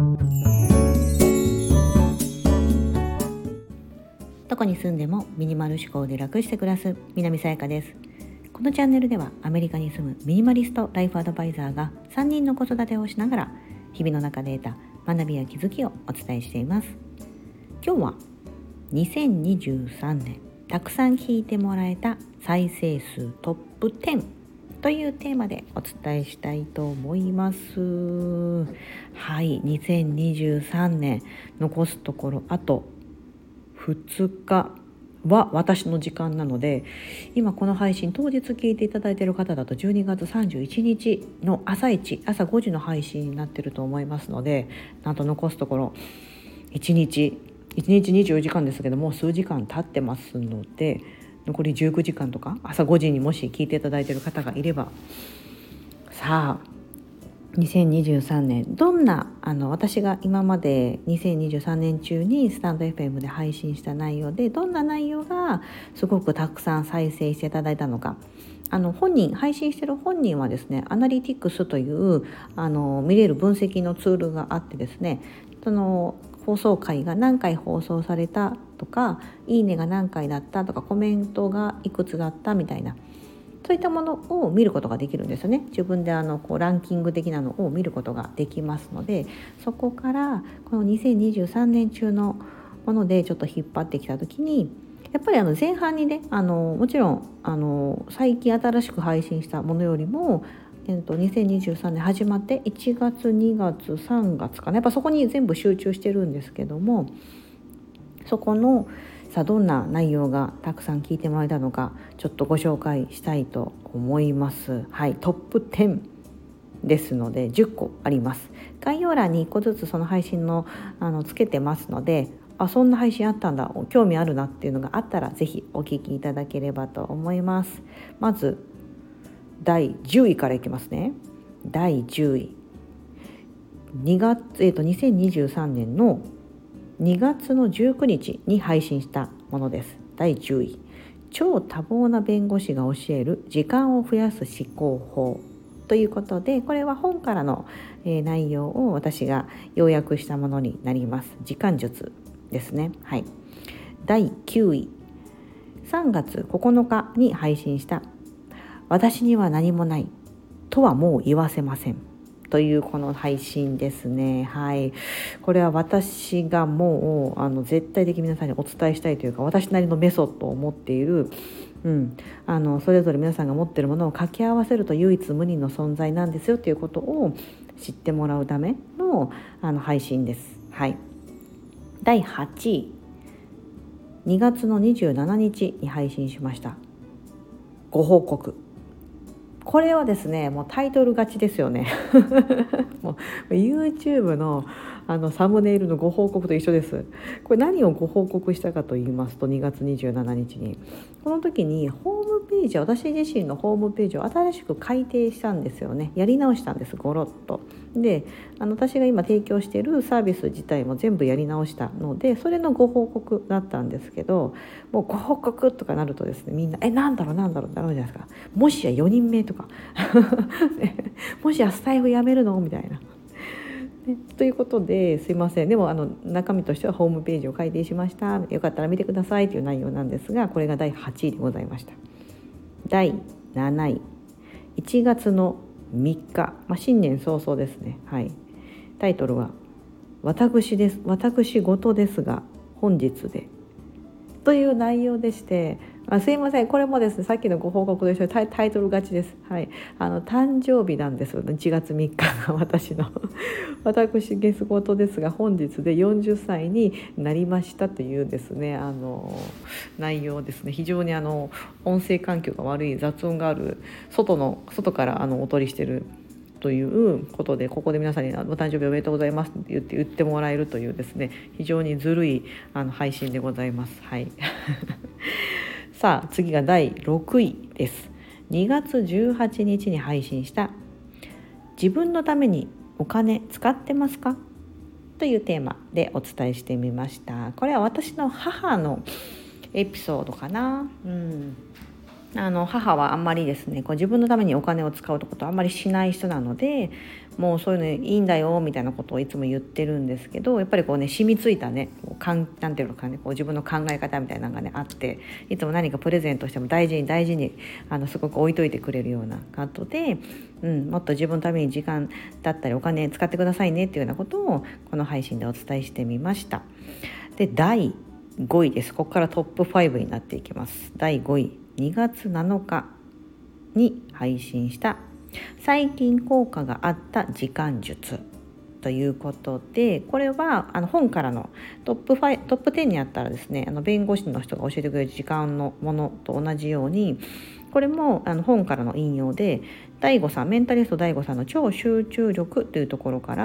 どこに住んでもミニマル思考で楽して暮らす南さやかです。このチャンネルではアメリカに住むミニマリストライフアドバイザーが3人の子育てをしながら日々の中で得た学びや気づきをお伝えしています。今日は2023年たくさん聞いてもらえた再生数トップ10というテーマでお伝えしたいと思います。はい、2023年残すところあと2日は私の時間なので、今この配信当日聞いていただいている方だと12月31日の朝5時の配信になっていると思いますので、なんと残すところ1日24時間ですけども、数時間経ってますので、残り19時間とか朝5時にもし聞いていただいている方がいれば、さあ2023年どんな私が今まで2023年中にスタンド FM で配信した内容でどんな内容がすごくたくさん再生していただいたのか、配信している本人はですね、アナリティクスという見れる分析のツールがあってですね、その放送回が何回放送されたとか、いいねが何回だったとか、コメントがいくつだったみたいな、そういったものを見ることができるんですよね。自分でランキング的なのを見ることができますので、そこからこの2023年中のものでちょっと引っ張ってきたときに、やっぱり前半にね、もちろん最近新しく配信したものよりも、2023年始まって1月2月3月かな、やっぱそこに全部集中してるんですけども、そこのどんな内容がたくさん聞いてもらえたのか、ちょっとご紹介したいと思います。はい、トップ10ですので10個あります。概要欄に1個ずつその配信のつけてますので、そんな配信あったんだ、興味あるなっていうのがあったらぜひお聞きいただければと思います。まず第10位からいきますね。第10位2023年の2月の19日に配信したものです。第10位、超多忙な弁護士が教える時間を増やす思考法ということで、これは本からの内容を私が要約したものになります。時間術ですね。はい。第9位、3月9日に配信した私には何もないとはもう言わせませんというこの配信ですね。はい、これは私がもう絶対的に皆さんにお伝えしたいというか、私なりのメソッドを持っている、それぞれ皆さんが持っているものを掛け合わせると唯一無二の存在なんですよということを知ってもらうための配信です。はい。第8位、2月の27日に配信しましたご報告。これはですね、もうタイトル勝ちですよねもう YouTube のサムネイルのご報告と一緒です。これ何をご報告したかと言いますと、2月27日にこの時にホームページ、私自身のホームページを新しく改訂したんですよね。やり直したんです、ゴロッと。で私が今提供しているサービス自体も全部やり直したので、それのご報告だったんですけど、もうご報告とかなるとですね、みんななんだろうなるじゃないですか。もしや4人目とかもしやスタイフやめるのみたいなということで、すいません、でも中身としてはホームページを改訂しました、よかったら見てくださいという内容なんですが、これが第8位でございました。第7位、1月の3日、新年早々ですね。はい、タイトルは私事ですが本日でという内容でして、すいません、これもですね、さっきのご報告と一緒にタイトル勝ちです。はい、誕生日なんですよ、1月3日が私の私事ですが本日で40歳になりましたというですね、内容ですね。非常に音声環境が悪い、雑音がある外からお取りしてるということで、ここで皆さんにお誕生日おめでとうございますって言ってもらえるというですね、非常にずるい配信でございます。はいさあ次が第6位です。2月18日に配信した自分のためにお金使ってますかというテーマでお伝えしてみました。これは私の母のエピソードかな。 母はあんまりですね、こう自分のためにお金を使うことあんまりしない人なので、もうそういうのいいんだよみたいなことをいつも言ってるんですけど、やっぱりこうね、染みついたね、なんていうのかね、こう自分の考え方みたいなのがねあって、いつも何かプレゼントしても大事に大事にすごく置いといてくれるような方で、もっと自分のために時間だったりお金使ってくださいねっていうようなことをこの配信でお伝えしてみました。で、第5位です。ここからトップ5になっていきます。第5位、2月7日に配信した最近効果があった時間術ということで、これは本からのトップ10にあったらですね、弁護士の人が教えてくれる時間のものと同じように、これも本からの引用で、メンタリスト DAIGO さんの超集中力というところから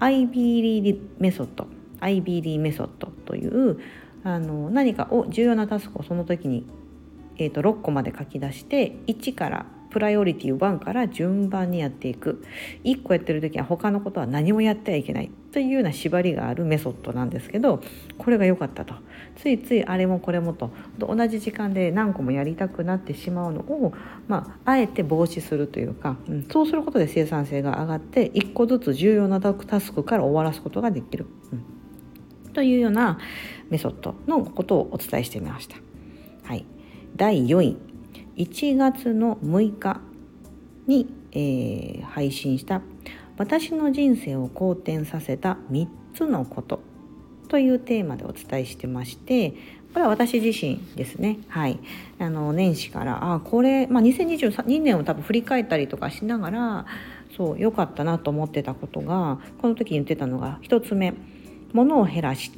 IBD メソッドという何かを重要なタスクをその時に、6個まで書き出して、1からプライオリティ1から順番にやっていく。1個やってる時は他のことは何もやってはいけないというような縛りがあるメソッドなんですけど、これが良かったと。ついついあれもこれもと同じ時間で何個もやりたくなってしまうのを、あえて防止するというか、そうすることで生産性が上がって1個ずつ重要なタスクから終わらすことができる、というようなメソッドのことをお伝えしてみました。はい、第4位、1月の6日に、配信した私の人生を好転させた3つのことというテーマでお伝えしてまして、これは私自身ですね。はい、年始からこれ、2022年を多分振り返ったりとかしながら、そう良かったなと思ってたことが、この時に言ってたのが、1つ目、物を減らした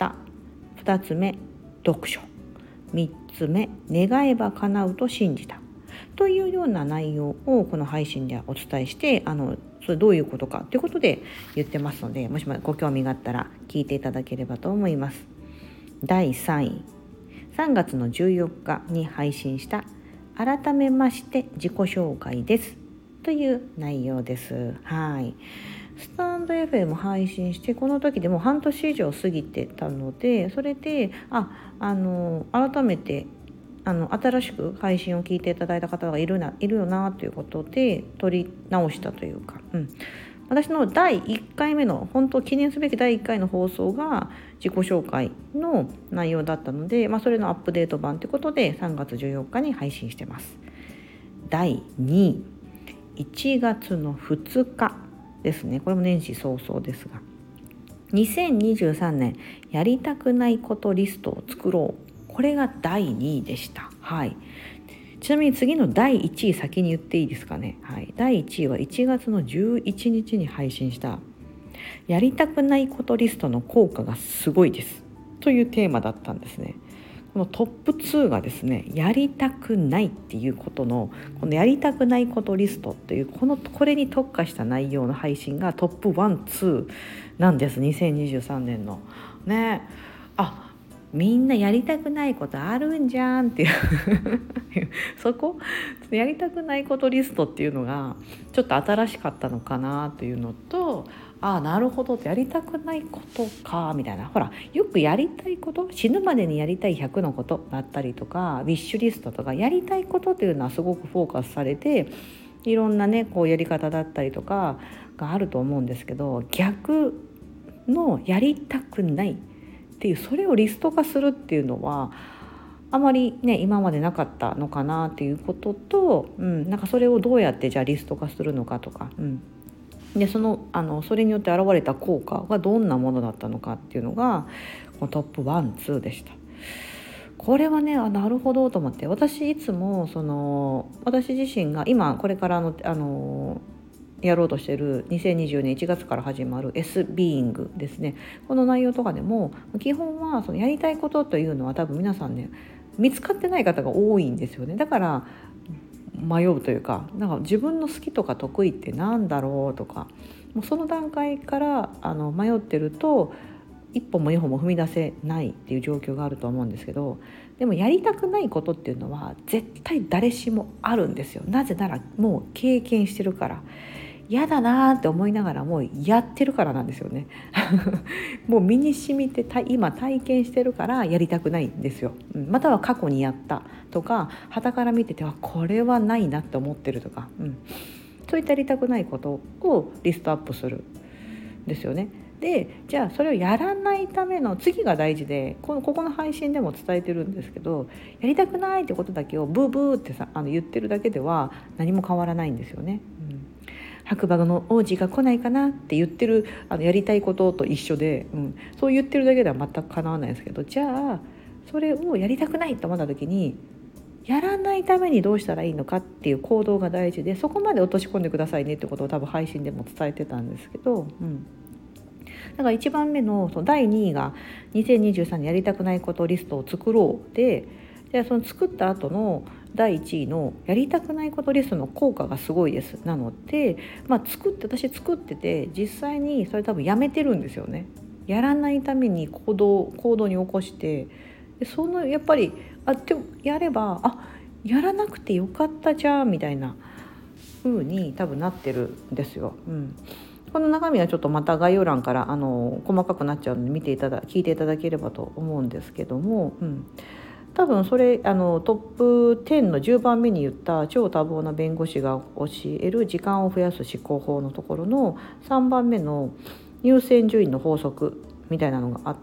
。2つ目、読書。3つ目、願えば叶うと信じたというような内容をこの配信ではお伝えして、それどういうことかということで言ってますので、もしもご興味があったら聞いていただければと思います。第3位、3月の14日に配信した改めまして自己紹介ですという内容です。はい、スタンド FM 配信してこの時でもう半年以上過ぎてたので、それで改めて新しく配信を聞いていただいた方がいるよなということで取り直したというか、私の第1回目の本当記念すべき第1回の放送が自己紹介の内容だったので、それのアップデート版ということで3月14日に配信してます。第2位、1月の2日ですね。これも年始早々ですが、2023年やりたくないことリストを作ろう。これが第2位でした。はい。ちなみに次の第1位先に言っていいですかね。はい。第1位は1月の11日に配信したやりたくないことリストの効果がすごいですというテーマだったんですね。このトップ2がですね、やりたくないっていうことの、このやりたくないことリストっていうこれに特化した内容の配信がトップ1、2なんです。2023年のね。みんなやりたくないことあるんじゃんっていうそこやりたくないことリストっていうのがちょっと新しかったのかなというのと、なるほど、やりたくないことかみたいな、ほらよくやりたいこと、死ぬまでにやりたい100のことだったりとか、ウィッシュリストとかやりたいことっていうのはすごくフォーカスされて、いろんなねこうやり方だったりとかがあると思うんですけど、逆のやりたくないっていう、それをリスト化するっていうのはあまりね今までなかったのかなっていうことと、なんかそれをどうやってじゃあリスト化するのかとか、でそれによって現れた効果がどんなものだったのかっていうのがこのトップ1、2でした。これはねなるほどと思って、私いつも私自身が今これからやろうとしている2020年1月から始まる S ビーイングですね。この内容とかでも基本はそのやりたいことというのは多分皆さんね見つかってない方が多いんですよね。だから迷うというか、なんか自分の好きとか得意ってなんだろうとか、もうその段階から迷ってると一歩も二歩も踏み出せないっていう状況があると思うんですけど、でもやりたくないことっていうのは絶対誰しもあるんですよ。なぜならもう経験してるから。 嫌だなって思いながらもやってるからなんですよねもう身に染みて今体験してるからやりたくないんですよ、または過去にやったとか、傍から見ててはこれはないなって思ってるとか、そういったやりたくないことをリストアップするんですよね。でじゃあそれをやらないための次が大事で、ここの配信でも伝えてるんですけど、やりたくないってことだけをブーブーって言ってるだけでは何も変わらないんですよね、白馬の王子が来ないかなって言ってるやりたいことと一緒で、そう言ってるだけでは全く叶わないんですけど、じゃあそれをやりたくないと思った時にやらないためにどうしたらいいのかっていう行動が大事で、そこまで落とし込んでくださいねってことを多分配信でも伝えてたんですけど、だから1番目の第2位が2023年やりたくないことリストを作ろうで、その作った後の第1位のやりたくないことリストの効果がすごいです。なので、私作ってて実際にそれ多分やめてるんですよね。やらないために行動に起こして、でやっぱりでもやればやらなくてよかったじゃんみたいな風に多分なってるんですよ、この中身はちょっとまた概要欄から細かくなっちゃうので聞いていただければと思うんですけども、多分それトップ10の10番目に言った超多忙な弁護士が教える時間を増やす思考法のところの3番目の優先順位の法則みたいなのがあって、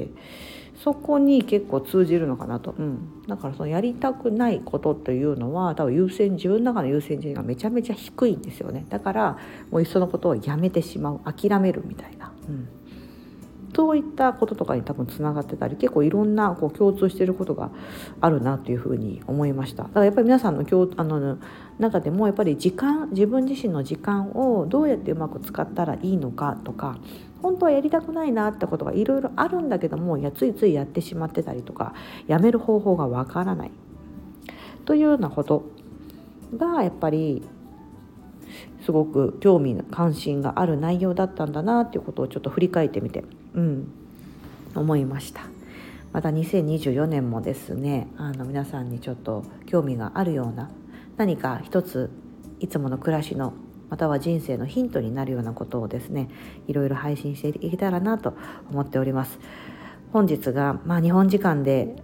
そこに結構通じるのかなと、だからそのやりたくないことというのは多分自分の中の優先順位がめちゃめちゃ低いんですよね。だからもういっそのことをやめてしまう、諦めるみたいな、そういったこととかに多分つながってたり、結構いろんな共通していることがあるなというふうに思いました。だからやっぱり皆さんの中でもやっぱり自分自身の時間をどうやってうまく使ったらいいのかとか、本当はやりたくないなってことがいろいろあるんだけども、ついついやってしまってたりとか、やめる方法がわからないというようなことがやっぱりすごく関心がある内容だったんだなっていうことをちょっと振り返ってみて、思いました。また2024年もですね、皆さんにちょっと興味があるような何か一ついつもの暮らしのまたは人生のヒントになるようなことをですね、いろいろ配信していけたらなと思っております。本日が、日本時間で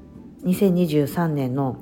2023年の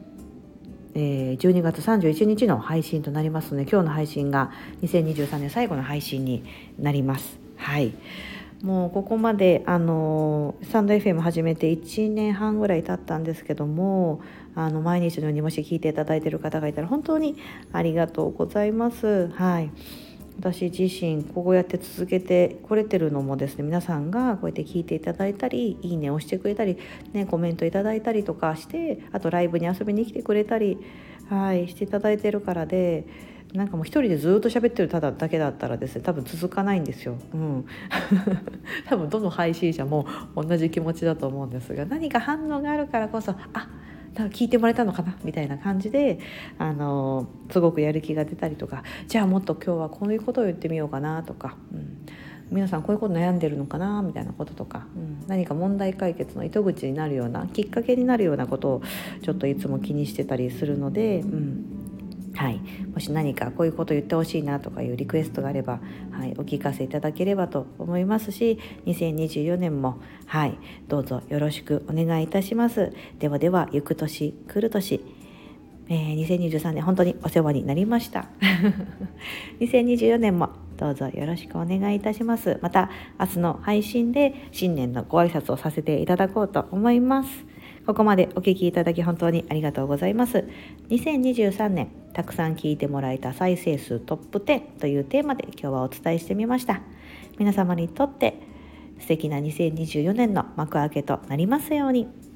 12月31日の配信となりますので、今日の配信が2023年最後の配信になります。もうここまでスタンド FM 始めて1年半ぐらい経ったんですけども、毎日のようにもし聞いていただいている方がいたら本当にありがとうございます。私自身こうやって続けてこれてるのもですね、皆さんがこうやって聞いていただいたり、いいねをしてくれたり、コメントいただいたりとかして、あとライブに遊びに来てくれたり、していただいてるからで、もう一人でずっと喋ってるだけだったらですね、多分続かないんですよ、多分どの配信者も同じ気持ちだと思うんですが、何か反応があるからこそ聞いてもらえたのかなみたいな感じで、すごくやる気が出たりとか、じゃあもっと今日はこういうことを言ってみようかなとか、皆さんこういうこと悩んでるのかなみたいなこととか、何か問題解決の糸口になるようなきっかけになるようなことをちょっといつも気にしてたりするので、もし何かこういうこと言ってほしいなとかいうリクエストがあれば、お聞かせいただければと思いますし、2024年もどうぞよろしくお願いいたします。ではでは、行く年来る年、2023年本当にお世話になりました2024年もどうぞよろしくお願いいたします。また明日の配信で新年のご挨拶をさせていただこうと思います。ここまでお聞きいただき本当にありがとうございます。2023年たくさん聞いてもらえた再生数トップ10というテーマで今日はお伝えしてみました。皆様にとって素敵な2024年の幕開けとなりますように。